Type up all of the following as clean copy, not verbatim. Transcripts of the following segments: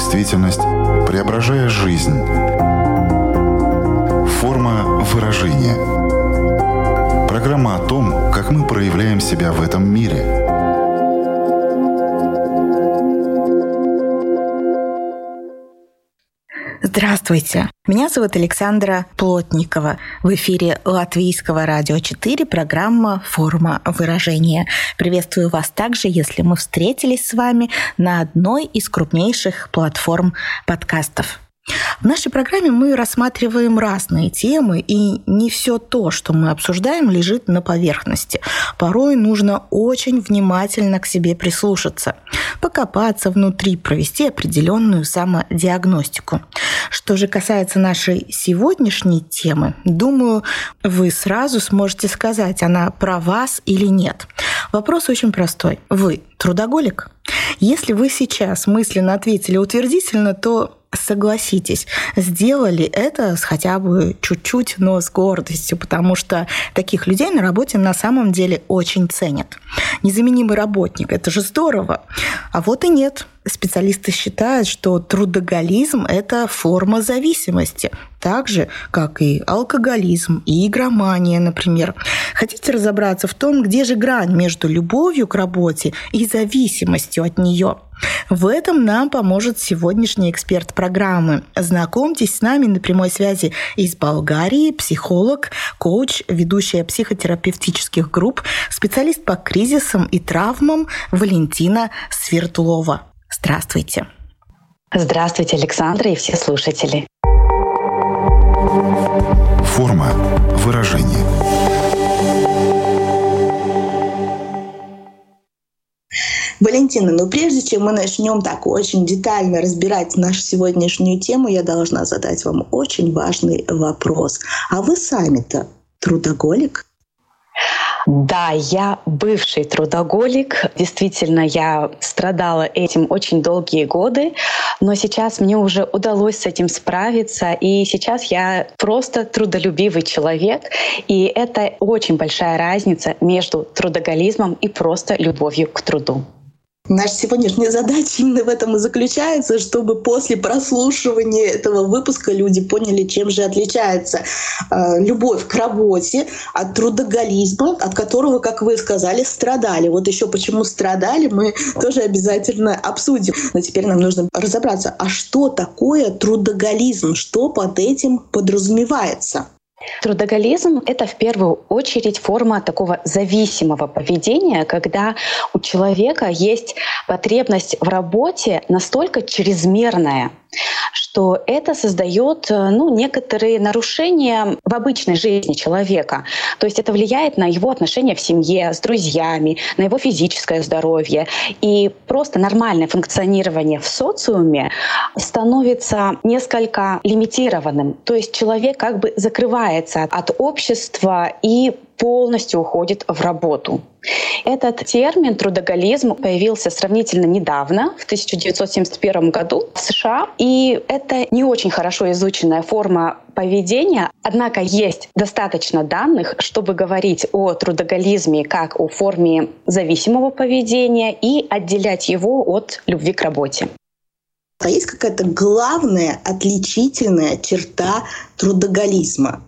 действительность, преображая жизнь. Форма выражения. Программа о том, как мы проявляем себя в этом мире. Здравствуйте! Меня зовут Александра Плотникова. В эфире Латвийского радио 4 программа «Форма выражения». Приветствую вас также, если мы встретились с вами на одной из крупнейших платформ подкастов. В нашей программе мы рассматриваем разные темы, и не все то, что мы обсуждаем, лежит на поверхности. Порой нужно очень внимательно к себе прислушаться, покопаться внутри, провести определенную самодиагностику. Что же касается нашей сегодняшней темы, думаю, вы сразу сможете сказать, она про вас или нет. Вопрос очень простой. Вы трудоголик? Если вы сейчас мысленно ответили утвердительно, то согласитесь, сделали это с хотя бы чуть-чуть, но с гордостью, потому что таких людей на работе на самом деле очень ценят. Незаменимый работник – это же здорово. А вот и нет. Специалисты считают, что трудоголизм – это форма зависимости, так же, как и алкоголизм, и игромания, например. Хотите разобраться в том, где же грань между любовью к работе и зависимостью от нее? В этом нам поможет сегодняшний эксперт программы. Знакомьтесь с нами на прямой связи из Болгарии, психолог, коуч, ведущая психотерапевтических групп, специалист по кризисам и травмам Валентина Свердлова. Здравствуйте. Здравствуйте, Александра и все слушатели. Форма выражения. Валентина, прежде чем мы начнем так очень детально разбирать нашу сегодняшнюю тему, я должна задать вам очень важный вопрос. А вы сами-то трудоголик? Да, я бывший трудоголик. Действительно, я страдала этим очень долгие годы, но сейчас мне уже удалось с этим справиться, и сейчас я просто трудолюбивый человек, и это очень большая разница между трудоголизмом и просто любовью к труду. Наша сегодняшняя задача именно в этом и заключается, чтобы после прослушивания этого выпуска люди поняли, чем же отличается любовь к работе от трудоголизма, от которого, как вы сказали, страдали. Вот еще почему страдали, мы тоже обязательно обсудим. Но теперь нам нужно разобраться, а что такое трудоголизм, что под этим подразумевается? Трудоголизм — это в первую очередь форма такого зависимого поведения, когда у человека есть потребность в работе настолько чрезмерная, что это создает некоторые нарушения в обычной жизни человека. То есть это влияет на его отношения в семье, с друзьями, на его физическое здоровье. И просто нормальное функционирование в социуме становится несколько лимитированным. То есть человек как бы закрывается от общества и полностью уходит в работу. Этот термин трудоголизм появился сравнительно недавно, в 1971 году в США, и это не очень хорошо изученная форма поведения, однако есть достаточно данных, чтобы говорить о трудоголизме как о форме зависимого поведения и отделять его от любви к работе. А есть какая-то главная отличительная черта трудоголизма?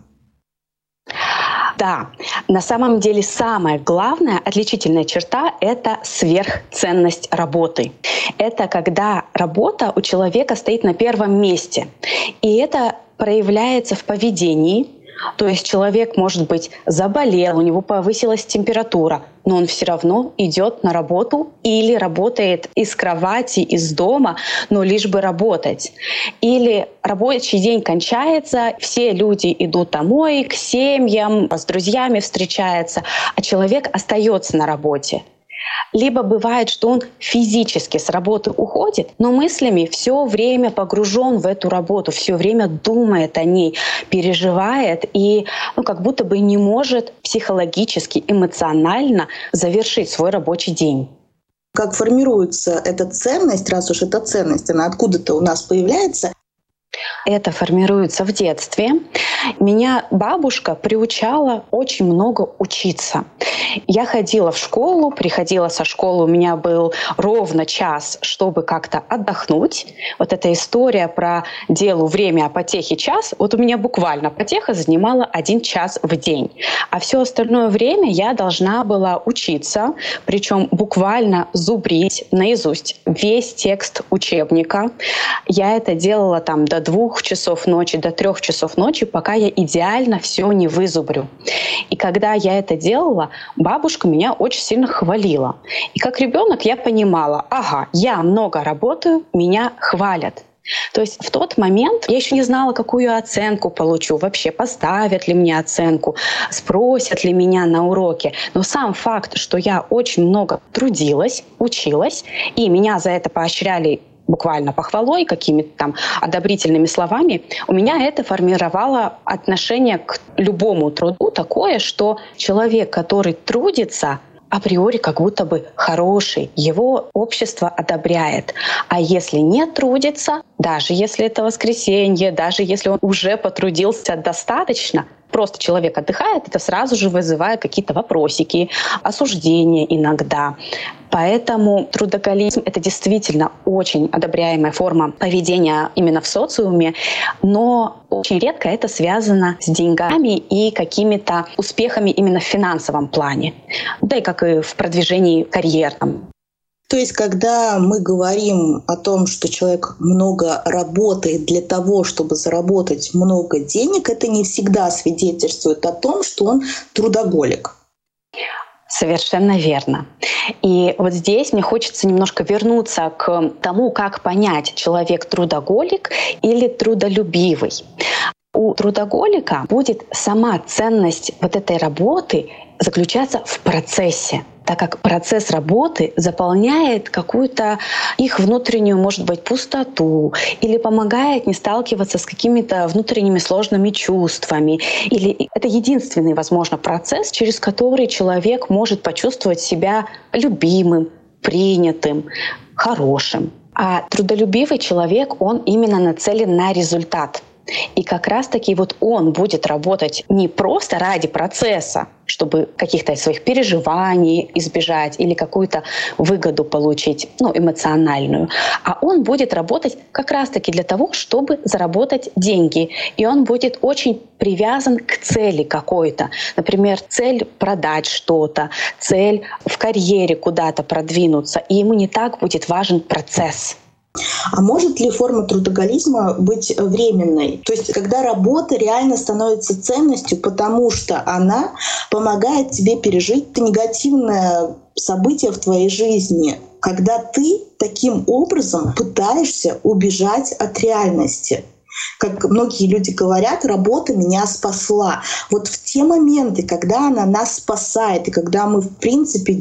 Да, на самом деле самая главная отличительная черта — это сверхценность работы. Это когда работа у человека стоит на первом месте. И это проявляется в поведении. То есть человек, может быть, заболел, у него повысилась температура, но он все равно идет на работу или работает из кровати, из дома, но лишь бы работать. Или рабочий день кончается, все люди идут домой, к семьям, с друзьями встречаются, а человек остается на работе. Либо бывает, что он физически с работы уходит, но мыслями все время погружен в эту работу, все время думает о ней, переживает и как будто бы не может психологически, эмоционально завершить свой рабочий день. Как формируется эта ценность, раз уж эта ценность, она откуда-то у нас появляется? Это формируется в детстве. Меня бабушка приучала очень много учиться. Я ходила в школу, приходила со школы, у меня был ровно час, чтобы как-то отдохнуть. Вот эта история про делу время, а потехи час, вот у меня буквально потеха занимала 1 час в день. А все остальное время я должна была учиться, причем буквально зубрить наизусть весь текст учебника. Я это делала там до 2 часов ночи, до 3 часов ночи, пока я идеально все не вызубрю. И когда я это делала, бабушка меня очень сильно хвалила. И как ребенок я понимала, ага, я много работаю, меня хвалят. То есть в тот момент я еще не знала, какую оценку получу, вообще поставят ли мне оценку, спросят ли меня на уроке. Но сам факт, что я очень много трудилась, училась, и меня за это поощряли буквально похвалой, какими-то там одобрительными словами, у меня это формировало отношение к любому труду такое, что человек, который трудится, априори как будто бы хороший, его общество одобряет. А если не трудится, даже если это воскресенье, даже если он уже потрудился достаточно, просто человек отдыхает, это сразу же вызывает какие-то вопросики, осуждения иногда. Поэтому трудоголизм — это действительно очень одобряемая форма поведения именно в социуме, но очень редко это связано с деньгами и какими-то успехами именно в финансовом плане, да и как и в продвижении карьерном. То есть, когда мы говорим о том, что человек много работает для того, чтобы заработать много денег, это не всегда свидетельствует о том, что он трудоголик. Совершенно верно. И вот здесь мне хочется немножко вернуться к тому, как понять, человек трудоголик или трудолюбивый. У трудоголика будет сама ценность вот этой работы заключаться в процессе, так как процесс работы заполняет какую-то их внутреннюю, может быть, пустоту или помогает не сталкиваться с какими-то внутренними сложными чувствами. Или это единственный, возможно, процесс, через который человек может почувствовать себя любимым, принятым, хорошим. А трудолюбивый человек, он именно нацелен на результат. И как раз-таки вот он будет работать не просто ради процесса, чтобы каких-то своих переживаний избежать или какую-то выгоду получить, эмоциональную, а он будет работать как раз-таки для того, чтобы заработать деньги. И он будет очень привязан к цели какой-то. Например, цель продать что-то, цель в карьере куда-то продвинуться. И ему не так будет важен процесс. А может ли форма трудоголизма быть временной? То есть когда работа реально становится ценностью, потому что она помогает тебе пережить негативное событие в твоей жизни, когда ты таким образом пытаешься убежать от реальности. Как многие люди говорят, работа меня спасла. Вот в те моменты, когда она нас спасает, и когда мы, в принципе,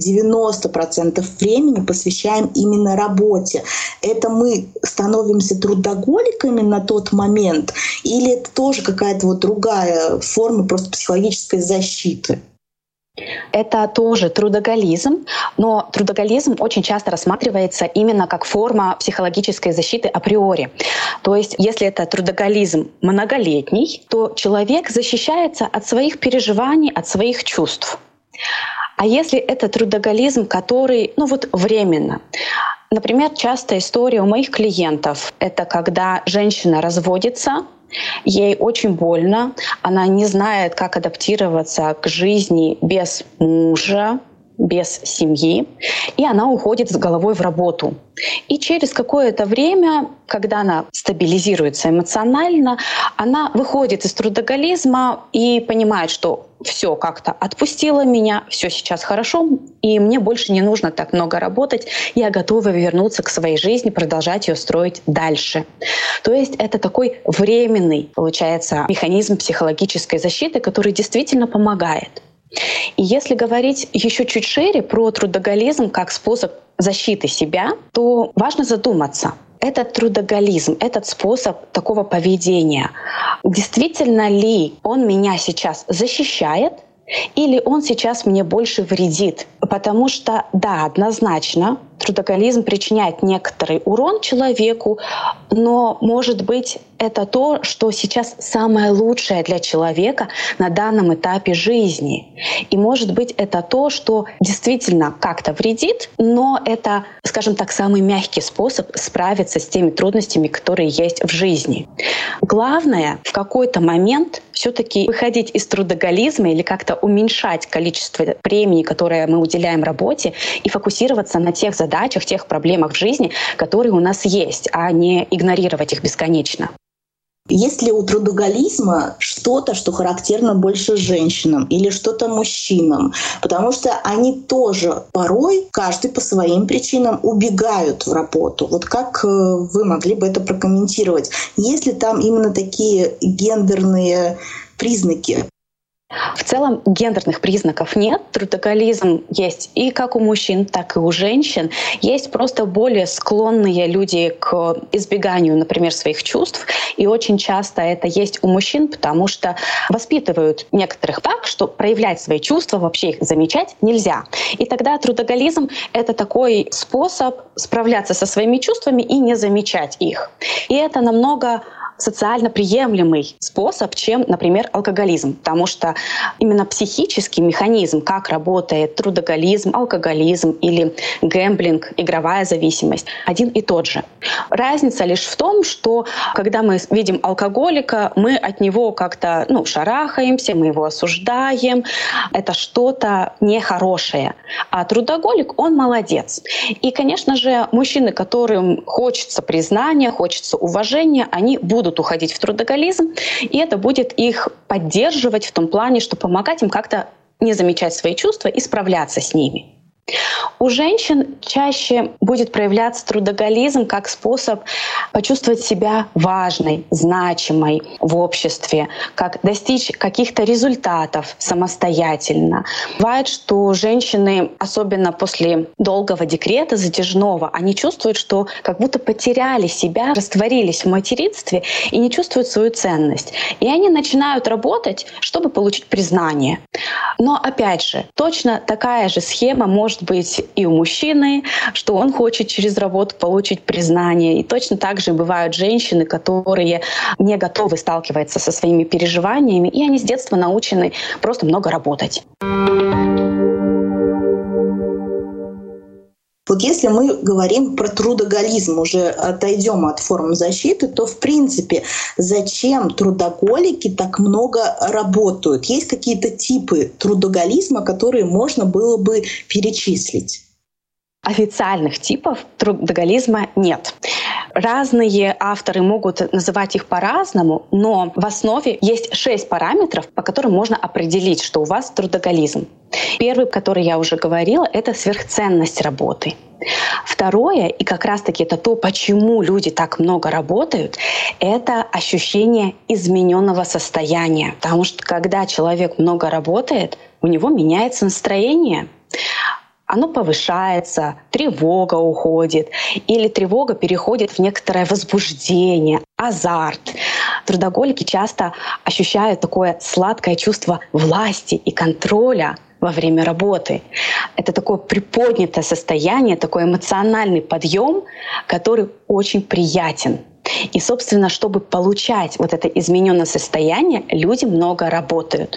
90% времени посвящаем именно работе, это мы становимся трудоголиками на тот момент, или это тоже какая-то вот другая форма просто психологической защиты? Это тоже трудоголизм, но трудоголизм очень часто рассматривается именно как форма психологической защиты априори. То есть если это трудоголизм многолетний, то человек защищается от своих переживаний, от своих чувств. А если это трудоголизм, который, временно. Например, частая история у моих клиентов — это когда женщина разводится, ей очень больно, она не знает, как адаптироваться к жизни без мужа, без семьи, и она уходит с головой в работу. И через какое-то время, когда она стабилизируется эмоционально, она выходит из трудоголизма и понимает, что все как-то отпустило меня, все сейчас хорошо, и мне больше не нужно так много работать, я готова вернуться к своей жизни, продолжать ее строить дальше. То есть это такой временный, получается, механизм психологической защиты, который действительно помогает. И если говорить еще чуть шире про трудоголизм как способ защиты себя, то важно задуматься. Этот трудоголизм, этот способ такого поведения, действительно ли он меня сейчас защищает или он сейчас мне больше вредит? Потому что, да, однозначно, трудоголизм причиняет некоторый урон человеку, но, может быть, это то, что сейчас самое лучшее для человека на данном этапе жизни. И, может быть, это то, что действительно как-то вредит, но это, скажем так, самый мягкий способ справиться с теми трудностями, которые есть в жизни. Главное в какой-то момент все-таки выходить из трудоголизма или как-то уменьшать количество времени, которое мы уделяем работе, и фокусироваться на тех задачах, тех проблемах в жизни, которые у нас есть, а не игнорировать их бесконечно. Есть ли у трудоголизма что-то, что характерно больше женщинам или что-то мужчинам? Потому что они тоже порой, каждый по своим причинам, убегают в работу. Вот как вы могли бы это прокомментировать? Есть ли там именно такие гендерные признаки? В целом гендерных признаков нет. Трудоголизм есть и как у мужчин, так и у женщин. Есть просто более склонные люди к избеганию, например, своих чувств. И очень часто это есть у мужчин, потому что воспитывают некоторых так, что проявлять свои чувства, вообще их замечать нельзя. И тогда трудоголизм — это такой способ справляться со своими чувствами и не замечать их. И это намного социально приемлемый способ, чем, например, алкоголизм. Потому что именно психический механизм, как работает трудоголизм, алкоголизм или гэмблинг, игровая зависимость, один и тот же. Разница лишь в том, что когда мы видим алкоголика, мы от него как-то шарахаемся, мы его осуждаем. Это что-то нехорошее. А трудоголик, он молодец. И, конечно же, мужчины, которым хочется признания, хочется уважения, они будут уходить в трудоголизм, и это будет их поддерживать в том плане, что помогать им как-то не замечать свои чувства и справляться с ними. У женщин чаще будет проявляться трудоголизм как способ почувствовать себя важной, значимой в обществе, как достичь каких-то результатов самостоятельно. Бывает, что женщины, особенно после долгого декрета затяжного, они чувствуют, что как будто потеряли себя, растворились в материнстве и не чувствуют свою ценность. И они начинают работать, чтобы получить признание. Но опять же, точно такая же схема может быть и у мужчины, что он хочет через работу получить признание. И точно так же бывают женщины, которые не готовы сталкиваться со своими переживаниями, и они с детства научены просто много работать. Вот если мы говорим про трудоголизм, уже отойдем от форм защиты, то в принципе зачем трудоголики так много работают? Есть какие-то типы трудоголизма, которые можно было бы перечислить? Официальных типов трудоголизма нет. Разные авторы могут называть их по-разному, но в основе есть 6 параметров, по которым можно определить, что у вас трудоголизм. Первый, который я уже говорила, это сверхценность работы. Второе, и как раз-таки это то, почему люди так много работают, это ощущение измененного состояния. Потому что когда человек много работает, у него меняется настроение. Оно повышается, тревога уходит, или тревога переходит в некоторое возбуждение, азарт. Трудоголики часто ощущают такое сладкое чувство власти и контроля во время работы. Это такое приподнятое состояние, такой эмоциональный подъем, который очень приятен. И, собственно, чтобы получать вот это измененное состояние, люди много работают.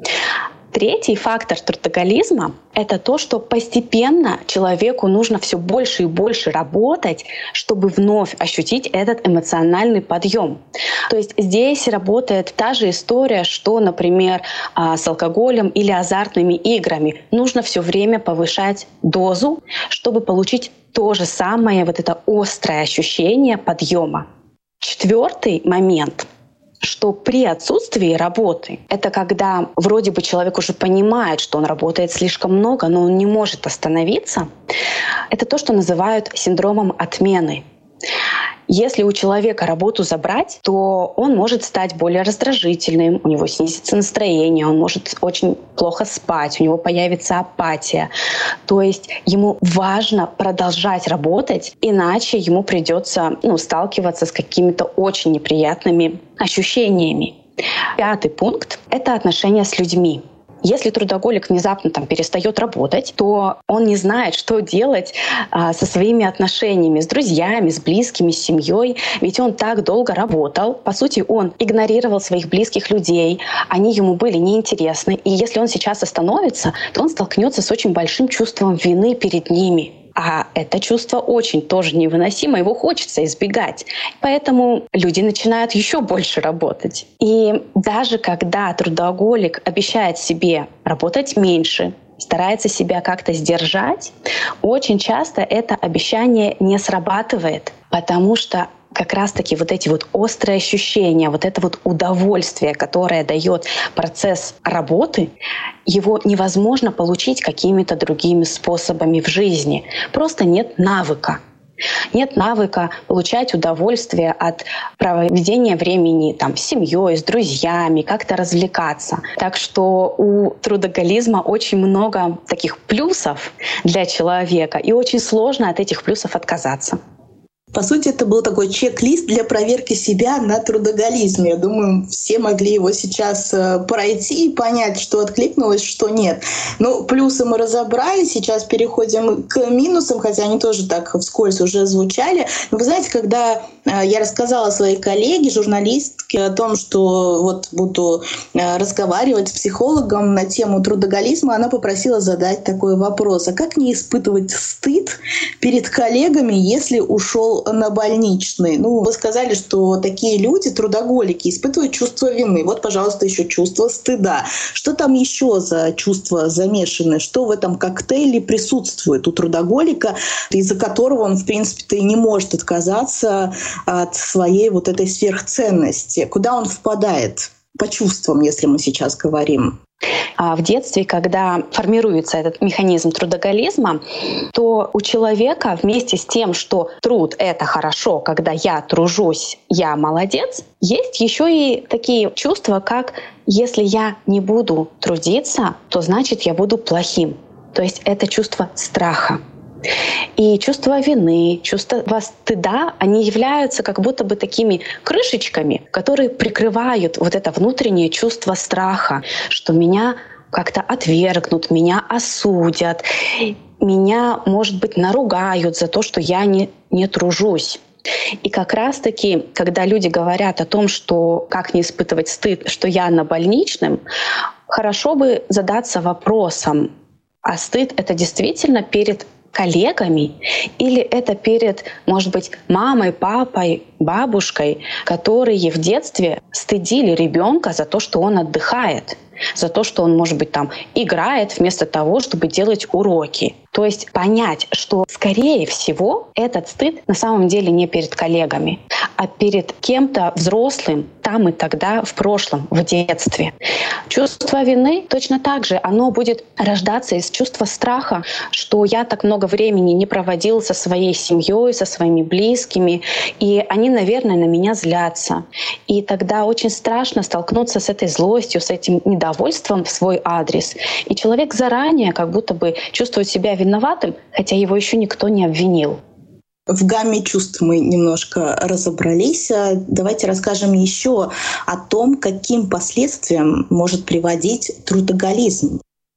Третий фактор трудоголизма — это то, что постепенно человеку нужно все больше и больше работать, чтобы вновь ощутить этот эмоциональный подъем. То есть здесь работает та же история, что, например, с алкоголем или азартными играми. Нужно все время повышать дозу, чтобы получить то же самое, вот это острое ощущение подъема. Четвертый момент — что при отсутствии работы, это когда вроде бы человек уже понимает, что он работает слишком много, но он не может остановиться, это то, что называют синдромом отмены. Если у человека работу забрать, то он может стать более раздражительным, у него снизится настроение, он может очень плохо спать, у него появится апатия. То есть ему важно продолжать работать, иначе ему придется сталкиваться с какими-то очень неприятными ощущениями. Пятый пункт — это отношения с людьми. Если трудоголик внезапно перестает работать, то он не знает, что делать со своими отношениями с друзьями, с близкими, с семьей. Ведь он так долго работал. По сути, он игнорировал своих близких людей. Они ему были неинтересны. И если он сейчас остановится, то он столкнется с очень большим чувством вины перед ними. А это чувство очень тоже невыносимо, его хочется избегать. Поэтому люди начинают еще больше работать. И даже когда трудоголик обещает себе работать меньше, старается себя как-то сдержать, очень часто это обещание не срабатывает, потому что как раз-таки вот эти острые ощущения, это удовольствие, которое дает процесс работы, его невозможно получить какими-то другими способами в жизни. Просто нет навыка. Нет навыка получать удовольствие от проведения времени с семьей, с друзьями, как-то развлекаться. Так что у трудоголизма очень много таких плюсов для человека, и очень сложно от этих плюсов отказаться. По сути, это был такой чек-лист для проверки себя на трудоголизме. Я думаю, все могли его сейчас пройти и понять, что откликнулось, что нет. Но плюсы мы разобрали, сейчас переходим к минусам, хотя они тоже так вскользь уже звучали. Но вы знаете, когда я рассказала своей коллеге, журналистке, о том, что буду разговаривать с психологом на тему трудоголизма, она попросила задать такой вопрос. А как не испытывать стыд перед коллегами, если ушел на больничный? Вы сказали, что такие люди, трудоголики, испытывают чувство вины. Пожалуйста, еще чувство стыда. Что там еще за чувства замешаны? Что в этом коктейле присутствует у трудоголика, из-за которого он, в принципе-то, и не может отказаться от своей этой сверхценности? Куда он впадает по чувствам, если мы сейчас говорим? А в детстве, когда формируется этот механизм трудоголизма, то у человека вместе с тем, что труд — это хорошо, когда я тружусь, я молодец, есть еще и такие чувства, как если я не буду трудиться, то значит я буду плохим. То есть это чувство страха. И чувство вины, чувство стыда, они являются как будто бы такими крышечками, которые прикрывают это внутреннее чувство страха, что меня как-то отвергнут, меня осудят, меня, может быть, наругают за то, что я не тружусь. И как раз-таки, когда люди говорят о том, что как не испытывать стыд, что я на больничном, хорошо бы задаться вопросом, а стыд — это действительно перед коллегами или это перед, может быть, мамой, папой, бабушкой, которые в детстве стыдили ребенка за то, что он отдыхает, за то, что он, может быть, играет вместо того, чтобы делать уроки. То есть понять, что, скорее всего, этот стыд на самом деле не перед коллегами, а перед кем-то взрослым там и тогда, в прошлом, в детстве. Чувство вины точно так же, оно будет рождаться из чувства страха, что я так много времени не проводил со своей семьей, со своими близкими, и они, наверное, на меня злятся. И тогда очень страшно столкнуться с этой злостью, с этим недовольством в свой адрес. И человек заранее как будто бы чувствует себя виноватым, хотя его еще никто не обвинил. В гамме чувств мы немножко разобрались. Давайте расскажем еще о том, каким последствиям может приводить трудоголизм.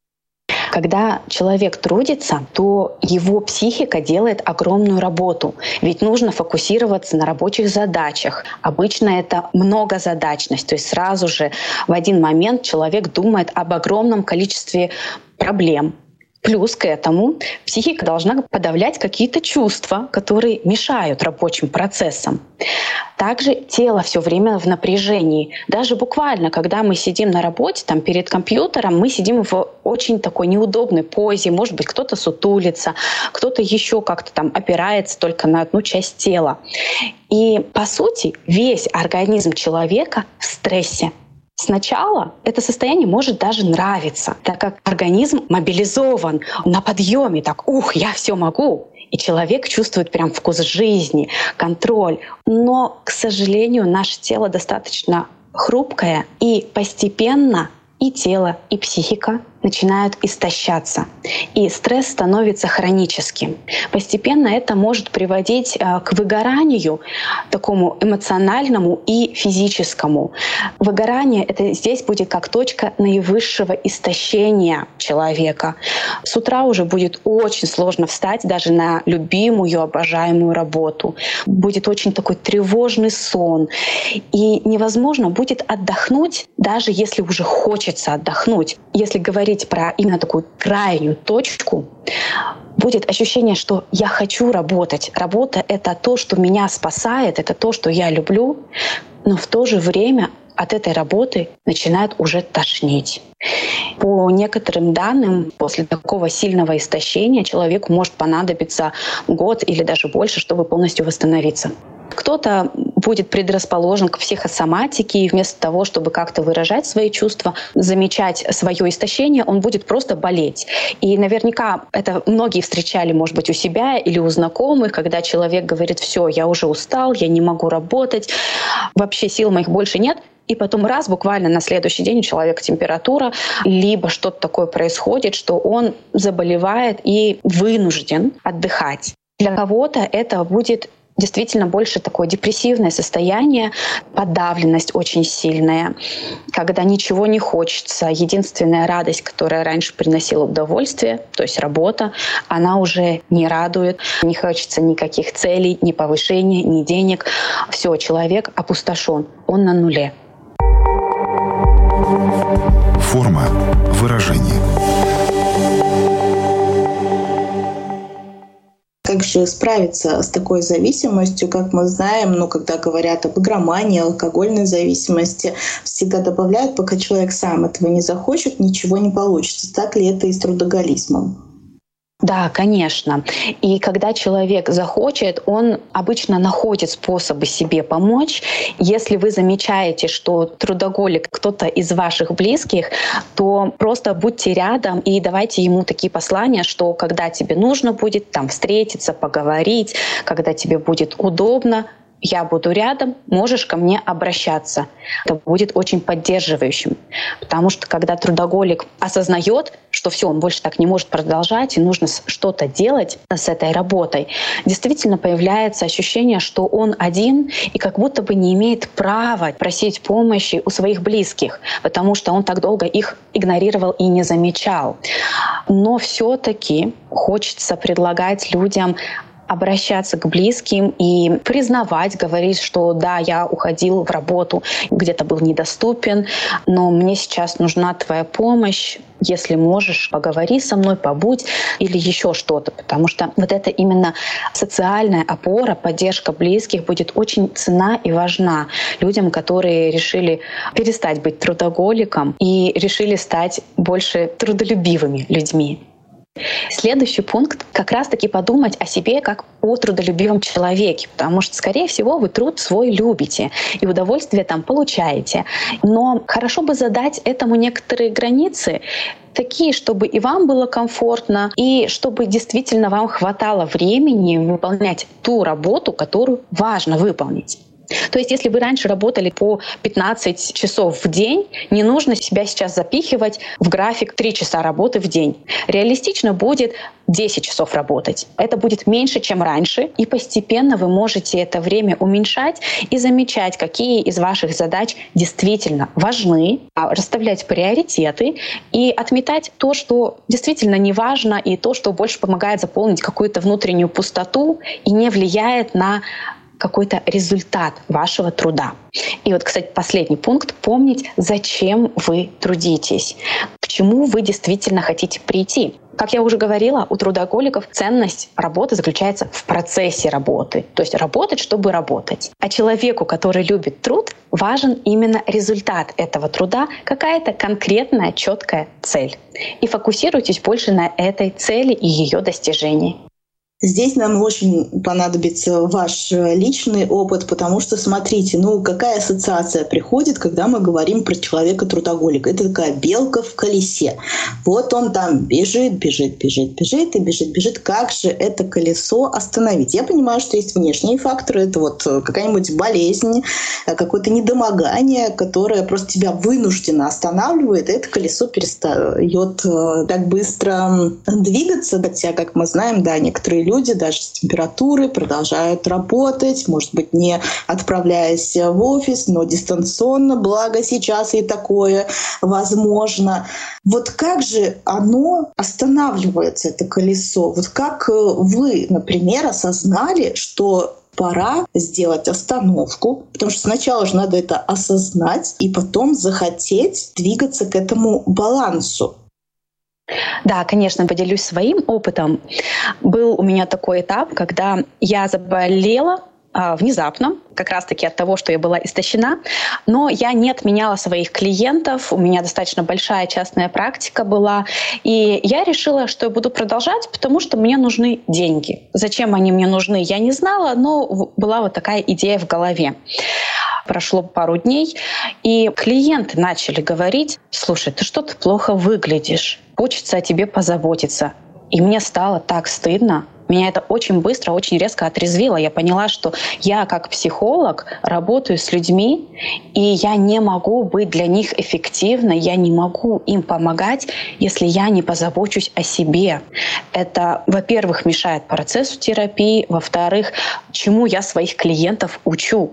Когда человек трудится, то его психика делает огромную работу. Ведь нужно фокусироваться на рабочих задачах. Обычно это многозадачность. То есть сразу же в один момент человек думает об огромном количестве проблем. Плюс к этому психика должна подавлять какие-то чувства, которые мешают рабочим процессам. Также тело все время в напряжении. Даже буквально, когда мы сидим на работе, перед компьютером, мы сидим в очень такой неудобной позе. Может быть, кто-то сутулится, кто-то еще как-то опирается только на одну часть тела. И, по сути, весь организм человека в стрессе. Сначала это состояние может даже нравиться, так как организм мобилизован, на подъеме, я все могу. И человек чувствует прям вкус жизни, контроль. Но, к сожалению, наше тело достаточно хрупкое, и постепенно и тело, и психика начинают истощаться, и стресс становится хроническим. Постепенно это может приводить к выгоранию, такому эмоциональному и физическому. Выгорание — это здесь будет как точка наивысшего истощения человека. С утра уже будет очень сложно встать даже на любимую, обожаемую работу. Будет очень такой тревожный сон. И невозможно будет отдохнуть, даже если уже хочется отдохнуть. Если говорить про именно такую крайнюю точку, будет ощущение, что я хочу работать. Работа — это то, что меня спасает, это то, что я люблю, но в то же время от этой работы начинает уже тошнить. По некоторым данным, после такого сильного истощения человеку может понадобиться год или даже больше, чтобы полностью восстановиться. Кто-то будет предрасположен к психосоматике, и вместо того, чтобы как-то выражать свои чувства, замечать свое истощение, он будет просто болеть. И наверняка это многие встречали, может быть, у себя или у знакомых, когда человек говорит: «Все, я уже устал, я не могу работать, вообще сил моих больше нет». И потом раз, буквально на следующий день у человека температура, либо что-то такое происходит, что он заболевает и вынужден отдыхать. Для кого-то это будет действительно больше такое депрессивное состояние, подавленность очень сильная, когда ничего не хочется. Единственная радость, которая раньше приносила удовольствие, то есть работа, она уже не радует. Не хочется никаких целей, ни повышения, ни денег. Все, человек опустошен, он на нуле. Форма выражения. Как же справиться с такой зависимостью? Как мы знаем, когда говорят об игромании, алкогольной зависимости, всегда добавляют, пока человек сам этого не захочет, ничего не получится. Так ли это и с трудоголизмом? Да, конечно. И когда человек захочет, он обычно находит способы себе помочь. Если вы замечаете, что трудоголик кто-то из ваших близких, то просто будьте рядом и давайте ему такие послания, что когда тебе нужно будет там встретиться, поговорить, когда тебе будет удобно, я буду рядом, можешь ко мне обращаться. Это будет очень поддерживающим. Потому что когда трудоголик осознает, что все, он больше так не может продолжать, и нужно что-то делать с этой работой, действительно появляется ощущение, что он один и как будто бы не имеет права просить помощи у своих близких, потому что он так долго их игнорировал и не замечал. Но все-таки хочется предлагать людям обращаться к близким и признавать, говорить, что да, я уходил в работу, где-то был недоступен, но мне сейчас нужна твоя помощь. Если можешь, поговори со мной, побудь или еще что-то. Потому что вот это именно социальная опора, поддержка близких будет очень ценна и важна людям, которые решили перестать быть трудоголиком и решили стать больше трудолюбивыми людьми. Следующий пункт — как раз-таки подумать о себе как о трудолюбивом человеке, потому что, скорее всего, вы труд свой любите и удовольствие там получаете. Но хорошо бы задать этому некоторые границы, такие, чтобы и вам было комфортно, и чтобы действительно вам хватало времени выполнять ту работу, которую важно выполнить. То есть если вы раньше работали по 15 часов в день, не нужно себя сейчас запихивать в график 3 часа работы в день. Реалистично будет 10 часов работать. Это будет меньше, чем раньше, и постепенно вы можете это время уменьшать и замечать, какие из ваших задач действительно важны, расставлять приоритеты и отметать то, что действительно не важно, и то, что больше помогает заполнить какую-то внутреннюю пустоту и не влияет на какой-то результат вашего труда. И вот, кстати, последний пункт — помнить, зачем вы трудитесь, к чему вы действительно хотите прийти. Как я уже говорила, у трудоголиков ценность работы заключается в процессе работы, то есть работать, чтобы работать. А человеку, который любит труд, важен именно результат этого труда, какая-то конкретная, четкая цель. И фокусируйтесь больше на этой цели и ее достижении. Здесь нам очень понадобится ваш личный опыт, потому что, смотрите, какая ассоциация приходит, когда мы говорим про человека-трудоголика. Это такая белка в колесе. Вот он там бежит. Как же это колесо остановить? Я понимаю, что есть внешние факторы. Это вот какая-нибудь болезнь, какое-то недомогание, которое просто тебя вынужденно останавливает, и это колесо перестает так быстро двигаться. Хотя, как мы знаем, да, некоторые люди даже с температурой продолжают работать, может быть, не отправляясь в офис, но дистанционно, благо сейчас и такое возможно. Вот как же оно останавливается, это колесо? Вот как вы, например, осознали, что пора сделать остановку, потому что сначала же надо это осознать и потом захотеть двигаться к этому балансу? Да, конечно, поделюсь своим опытом. Был у меня такой этап, когда я заболела внезапно, как раз-таки от того, что я была истощена, но я не отменяла своих клиентов, у меня достаточно большая частная практика была, и я решила, что я буду продолжать, потому что мне нужны деньги. Зачем они мне нужны, я не знала, но была вот такая идея в голове. Прошло пару дней, и клиенты начали говорить: «Слушай, ты что-то плохо выглядишь, хочется о тебе позаботиться». И мне стало так стыдно. Меня это очень быстро, очень резко отрезвило. Я поняла, что я как психолог работаю с людьми, и я не могу быть для них эффективной, я не могу им помогать, если я не позабочусь о себе. Это, во-первых, мешает процессу терапии, во-вторых, чему я своих клиентов учу.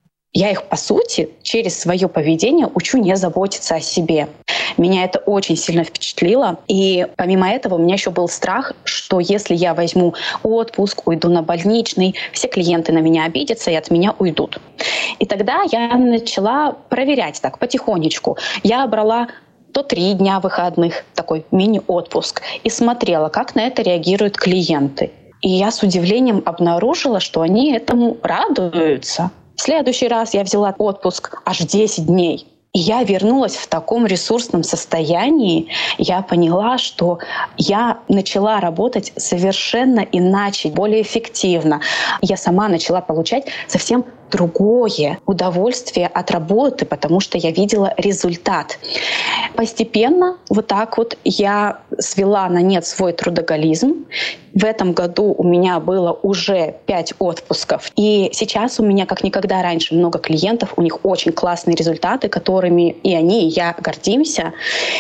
Я их, по сути, через свое поведение учу не заботиться о себе. Меня это очень сильно впечатлило. И помимо этого у меня еще был страх, что если я возьму отпуск, уйду на больничный, все клиенты на меня обидятся и от меня уйдут. И тогда я начала проверять так потихонечку. Я брала то 3 дня выходных, такой мини-отпуск, и смотрела, как на это реагируют клиенты. И я с удивлением обнаружила, что они этому радуются. В следующий раз я взяла отпуск аж 10 дней. И я вернулась в таком ресурсном состоянии. Я поняла, что я начала работать совершенно иначе, более эффективно. Я сама начала получать совсем другое удовольствие от работы, потому что я видела результат. Постепенно вот так вот я свела на нет свой трудоголизм. В этом году у меня было уже 5 отпусков. И сейчас у меня как никогда раньше много клиентов, у них очень классные результаты, которыми и они, и я гордимся.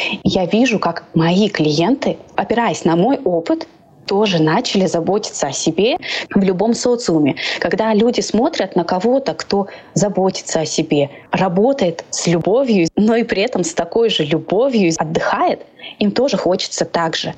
Я вижу, как мои клиенты, опираясь на мой опыт, тоже начали заботиться о себе в любом социуме. Когда люди смотрят на кого-то, кто заботится о себе, работает с любовью, но и при этом с такой же любовью отдыхает, им тоже хочется так же.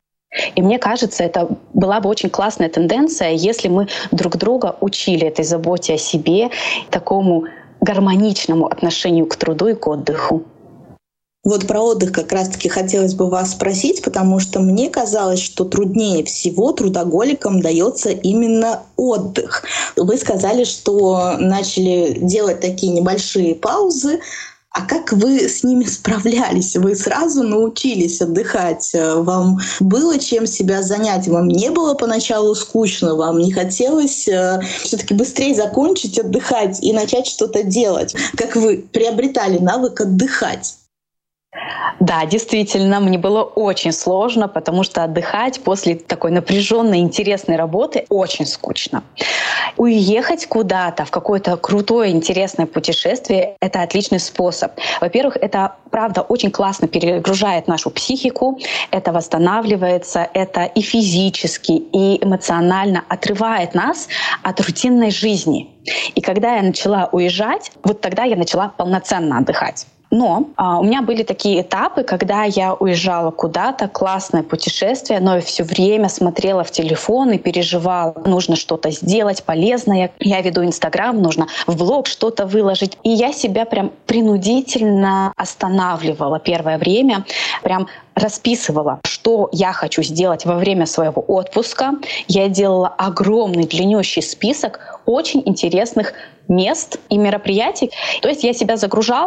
И мне кажется, это была бы очень классная тенденция, если мы друг друга учили этой заботе о себе, такому гармоничному отношению к труду и к отдыху. Вот про отдых как раз-таки хотелось бы вас спросить, потому что мне казалось, что труднее всего трудоголикам дается именно отдых. Вы сказали, что начали делать такие небольшие паузы. А как вы с ними справлялись? Вы сразу научились отдыхать? Вам было чем себя занять? Вам не было поначалу скучно? Вам не хотелось все-таки быстрее закончить, отдыхать и начать что-то делать? Как вы приобретали навык отдыхать? Да, действительно, мне было очень сложно, потому что отдыхать после такой напряженной, интересной работы очень скучно. Уехать куда-то в какое-то крутое, интересное путешествие — это отличный способ. Во-первых, это, правда, очень классно перегружает нашу психику, это восстанавливается, это и физически, и эмоционально отрывает нас от рутинной жизни. И когда я начала уезжать, вот тогда я начала полноценно отдыхать. Но у меня были такие этапы, когда я уезжала куда-то, классное путешествие, но я все время смотрела в телефон и переживала. Нужно что-то сделать полезное. Я веду Инстаграм, нужно в блог что-то выложить. И я себя прям принудительно останавливала первое время, прям расписывала, что я хочу сделать во время своего отпуска. Я делала огромный длиннющий список очень интересных мест и мероприятий. То есть я себя загружала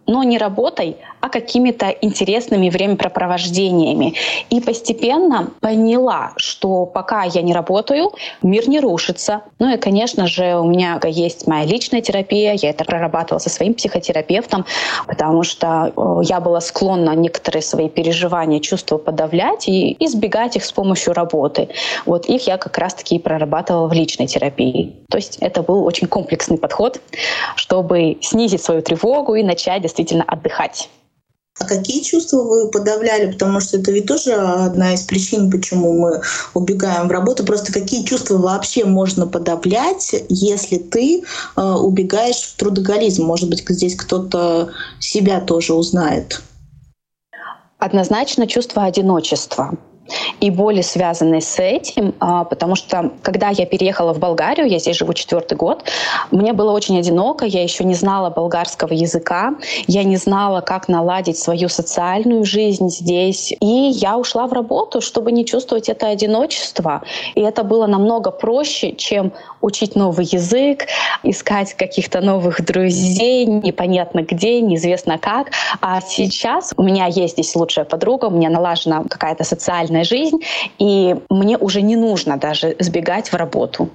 но не работой, а какими-то интересными времяпрепровождениями. И постепенно поняла, что пока я не работаю, мир не рушится. Ну и, конечно же, у меня есть моя личная терапия, я это прорабатывала со своим психотерапевтом, потому что я была склонна некоторые свои переживания, чувства подавлять и избегать их с помощью работы. Вот их я как раз-таки и прорабатывала в личной терапии. То есть это был очень комплексный подход, чтобы снизить свою тревогу и начать действительно отдыхать. А какие чувства вы подавляли? Потому что это ведь тоже одна из причин, почему мы убегаем в работу. Просто какие чувства вообще можно подавлять, если ты убегаешь в трудоголизм? Может быть, здесь кто-то себя тоже узнает. Однозначно чувство одиночества и боли, связанные с этим, потому что когда я переехала в Болгарию, я здесь живу 4-й год, мне было очень одиноко, я еще не знала болгарского языка, я не знала, как наладить свою социальную жизнь здесь, и я ушла в работу, чтобы не чувствовать это одиночество, и это было намного проще, чем учить новый язык, искать каких-то новых друзей, непонятно где, неизвестно как, а сейчас у меня есть здесь лучшая подруга, у меня налажена какая-то социальная жизнь, и мне уже не нужно даже сбегать в работу.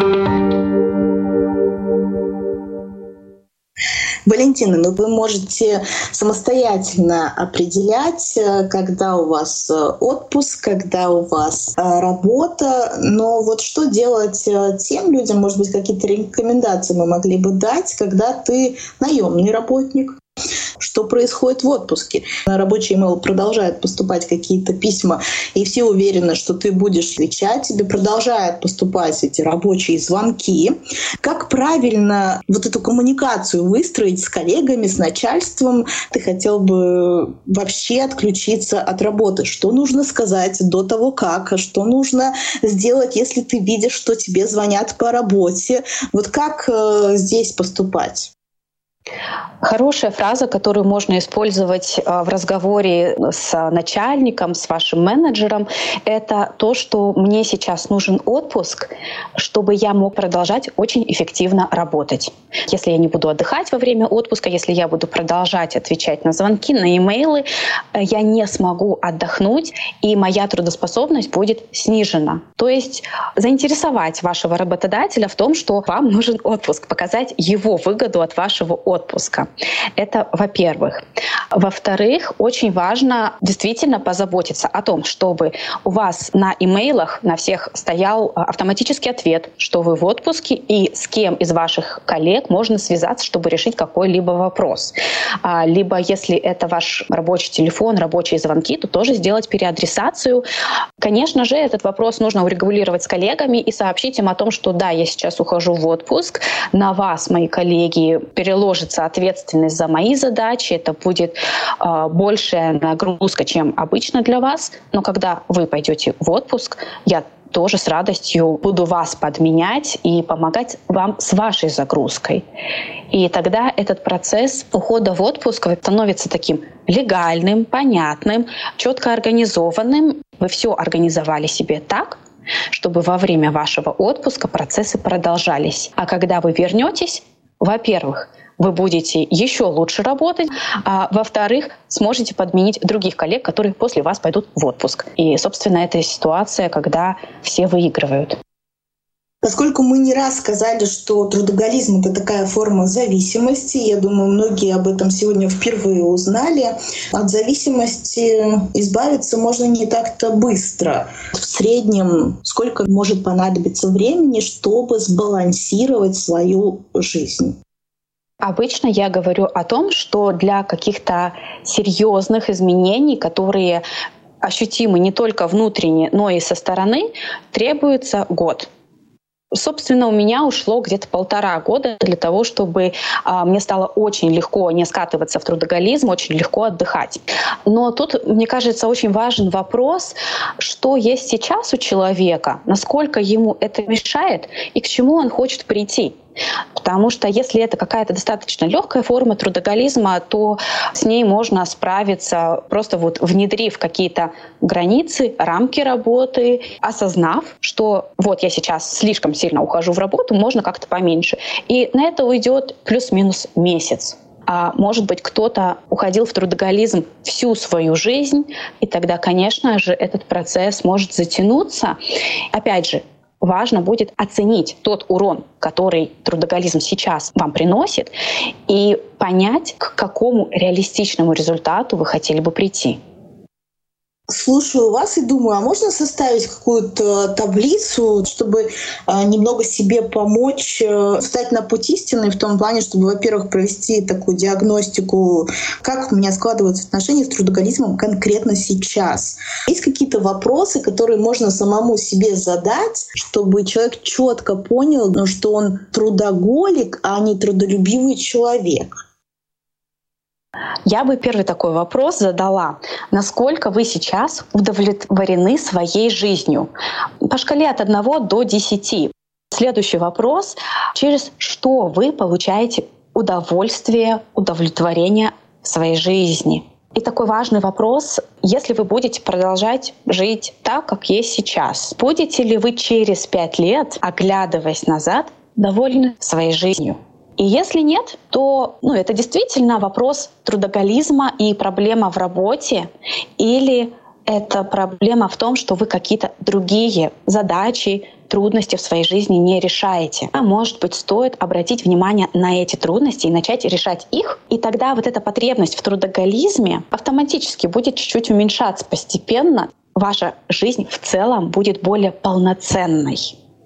Валентина, вы можете самостоятельно определять, когда у вас отпуск, когда у вас работа, но вот что делать тем людям, может быть, какие-то рекомендации мы могли бы дать, когда ты наемный работник? Что происходит в отпуске? На рабочий email продолжают поступать какие-то письма, и все уверены, что ты будешь отвечать. Тебе продолжают поступать эти рабочие звонки. Как правильно вот эту коммуникацию выстроить с коллегами, с начальством? Ты хотел бы вообще отключиться от работы. Что нужно сказать до того, как? Что нужно сделать, если ты видишь, что тебе звонят по работе? Вот как здесь поступать? Хорошая фраза, которую можно использовать в разговоре с начальником, с вашим менеджером, это то, что мне сейчас нужен отпуск, чтобы я мог продолжать очень эффективно работать. Если я не буду отдыхать во время отпуска, если я буду продолжать отвечать на звонки, на имейлы, я не смогу отдохнуть, и моя трудоспособность будет снижена. То есть заинтересовать вашего работодателя в том, что вам нужен отпуск, показать его выгоду от вашего отпуска. Это во-первых. Во-вторых, очень важно действительно позаботиться о том, чтобы у вас на имейлах на всех стоял автоматический ответ, что вы в отпуске и с кем из ваших коллег можно связаться, чтобы решить какой-либо вопрос. Либо если это ваш рабочий телефон, рабочие звонки, то тоже сделать переадресацию. Конечно же, этот вопрос нужно урегулировать с коллегами и сообщить им о том, что да, я сейчас ухожу в отпуск, на вас, мои коллеги, переложится ответственность за мои задачи, это будет большая нагрузка, чем обычно для вас, но когда вы пойдете в отпуск, я тоже с радостью буду вас подменять и помогать вам с вашей загрузкой. И тогда этот процесс ухода в отпуск становится таким легальным, понятным, четко организованным. Вы все организовали себе так, чтобы во время вашего отпуска процессы продолжались. А когда вы вернетесь, во-первых, вы будете еще лучше работать, а во-вторых, сможете подменить других коллег, которые после вас пойдут в отпуск. И, собственно, это ситуация, когда все выигрывают. Поскольку мы не раз сказали, что трудоголизм — это такая форма зависимости, я думаю, многие об этом сегодня впервые узнали, от зависимости избавиться можно не так-то быстро. В среднем сколько может понадобиться времени, чтобы сбалансировать свою жизнь? Обычно я говорю о том, что для каких-то серьезных изменений, которые ощутимы не только внутренне, но и со стороны, требуется год. Собственно, у меня ушло где-то 1,5 года для того, чтобы мне стало очень легко не скатываться в трудоголизм, очень легко отдыхать. Но тут, мне кажется, очень важен вопрос, что есть сейчас у человека, насколько ему это мешает и к чему он хочет прийти. Потому что если это какая-то достаточно легкая форма трудоголизма, то с ней можно справиться, просто вот внедрив какие-то границы, рамки работы, осознав, что вот я сейчас слишком сильно ухожу в работу, можно как-то поменьше. И на это уйдет плюс-минус месяц. А может быть, кто-то уходил в трудоголизм всю свою жизнь, и тогда, конечно же, этот процесс может затянуться. Опять же, важно будет оценить тот урон, который трудоголизм сейчас вам приносит, и понять, к какому реалистичному результату вы хотели бы прийти. Слушаю вас и думаю, а можно составить какую-то таблицу, чтобы немного себе помочь встать на путь истины в том плане, чтобы, во-первых, провести такую диагностику, как у меня складываются отношения с трудоголизмом конкретно сейчас. Есть какие-то вопросы, которые можно самому себе задать, чтобы человек четко понял, что он трудоголик, а не трудолюбивый человек? Я бы первый такой вопрос задала. Насколько вы сейчас удовлетворены своей жизнью? По шкале от 1 до 10. Следующий вопрос. Через что вы получаете удовольствие, удовлетворение в своей жизни? И такой важный вопрос. Если вы будете продолжать жить так, как есть сейчас, будете ли вы через 5 лет, оглядываясь назад, довольны своей жизнью? И если нет, то это действительно вопрос трудоголизма и проблема в работе, или это проблема в том, что вы какие-то другие задачи, трудности в своей жизни не решаете. А может быть, стоит обратить внимание на эти трудности и начать решать их, и тогда вот эта потребность в трудоголизме автоматически будет чуть-чуть уменьшаться постепенно. Ваша жизнь в целом будет более полноценной.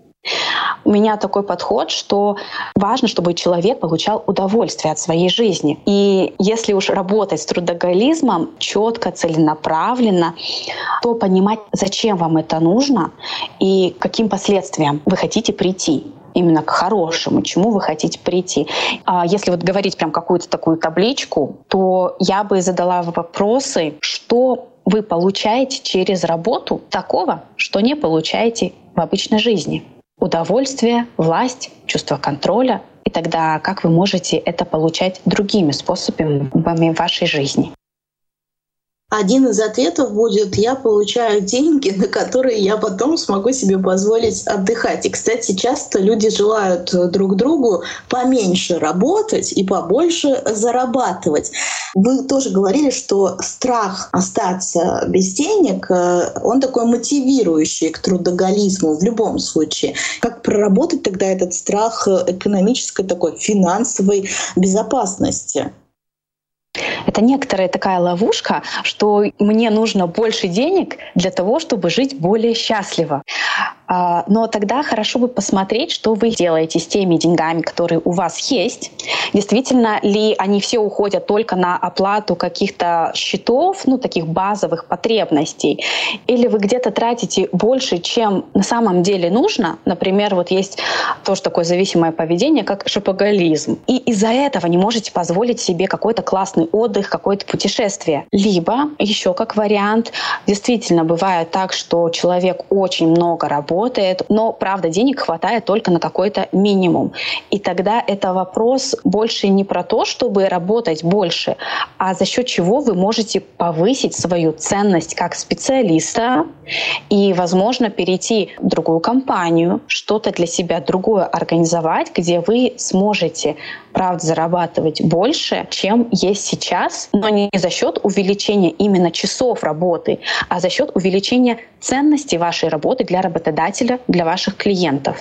У меня такой подход, что важно, чтобы человек получал удовольствие от своей жизни. И если уж работать с трудоголизмом четко, целенаправленно, то понимать, зачем вам это нужно и к каким последствиям вы хотите прийти. Именно к хорошему, чему вы хотите прийти. Если говорить прям какую-то такую табличку, то я бы задала вопросы, что вы получаете через работу такого, что не получаете в обычной жизни. Удовольствие, власть, чувство контроля. И тогда как вы можете это получать другими способами в вашей жизни? Один из ответов будет: я получаю деньги, на которые я потом смогу себе позволить отдыхать. И, кстати, часто люди желают друг другу поменьше работать и побольше зарабатывать. Вы тоже говорили, что страх остаться без денег, он такой мотивирующий к трудоголизму в любом случае. Как проработать тогда этот страх экономической, такой финансовой безопасности? Это некоторая такая ловушка, что мне нужно больше денег для того, чтобы жить более счастливо. Но тогда хорошо бы посмотреть, что вы делаете с теми деньгами, которые у вас есть. Действительно ли они все уходят только на оплату каких-то счетов, таких базовых потребностей? Или вы где-то тратите больше, чем на самом деле нужно? Например, есть тоже такое зависимое поведение, как шопоголизм. И из-за этого не можете позволить себе какой-то классный отдых, какое-то путешествие. Либо, еще как вариант, действительно бывает так, что человек очень много работает, но, правда, денег хватает только на какой-то минимум. И тогда это вопрос больше не про то, чтобы работать больше, а за счет чего вы можете повысить свою ценность как специалиста и, возможно, перейти в другую компанию, что-то для себя другое организовать, где вы сможете, правда, зарабатывать больше, чем есть сейчас, но не за счет увеличения именно часов работы, а за счет увеличения ценности вашей работы для работодателя, для ваших клиентов.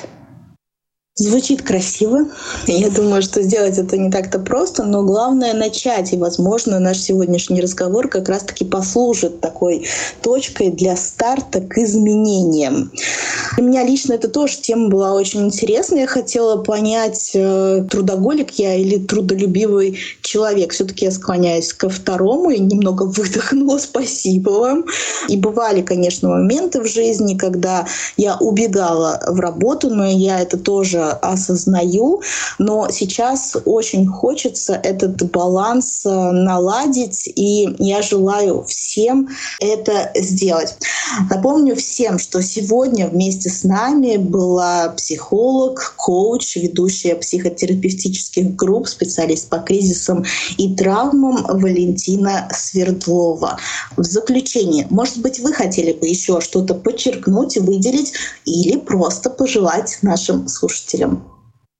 Звучит красиво. Я думаю, что сделать это не так-то просто, но главное начать. И, возможно, наш сегодняшний разговор как раз-таки послужит такой точкой для старта к изменениям. Для меня лично это тоже тема была очень интересная. Я хотела понять, трудоголик я или трудолюбивый человек. Все-таки я склоняюсь ко второму и немного выдохнула. Спасибо вам. И бывали, конечно, моменты в жизни, когда я убегала в работу, но я это тоже осознаю, но сейчас очень хочется этот баланс наладить, и я желаю всем это сделать. Напомню всем, что сегодня вместе с нами была психолог, коуч, ведущая психотерапевтических групп, специалист по кризисам и травмам Валентина Свердлова. В заключение, может быть, вы хотели бы еще что-то подчеркнуть, выделить или просто пожелать нашим слушателям?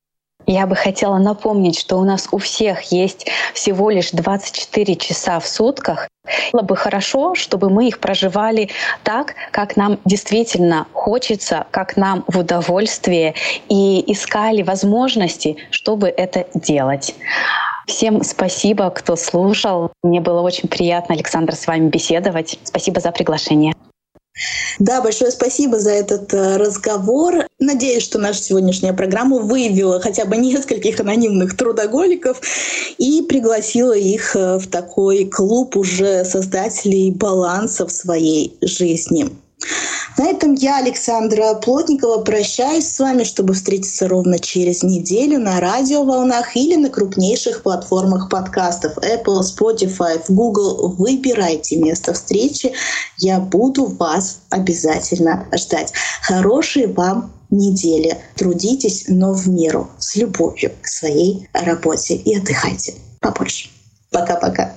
Я бы хотела напомнить, что у нас у всех есть всего лишь 24 часа в сутках. Было бы хорошо, чтобы мы их проживали так, как нам действительно хочется, как нам в удовольствие, и искали возможности, чтобы это делать. Всем спасибо, кто слушал. Мне было очень приятно, Александр, с вами беседовать. Спасибо за приглашение. Да, большое спасибо за этот разговор. Надеюсь, что наша сегодняшняя программа выявила хотя бы нескольких анонимных трудоголиков и пригласила их в такой клуб уже создателей баланса в своей жизни. На этом я, Александра Плотникова, прощаюсь с вами, чтобы встретиться ровно через неделю на радиоволнах или на крупнейших платформах подкастов Apple, Spotify, Google. Выбирайте место встречи. Я буду вас обязательно ждать. Хорошей вам недели. Трудитесь, но в меру, с любовью к своей работе и отдыхайте побольше. Пока-пока.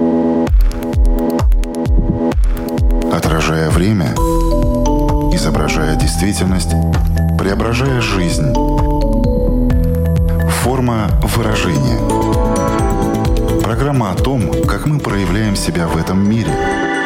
Отражая время, изображая действительность, преображая жизнь. Форма выражения. Программа о том, как мы проявляем себя в этом мире –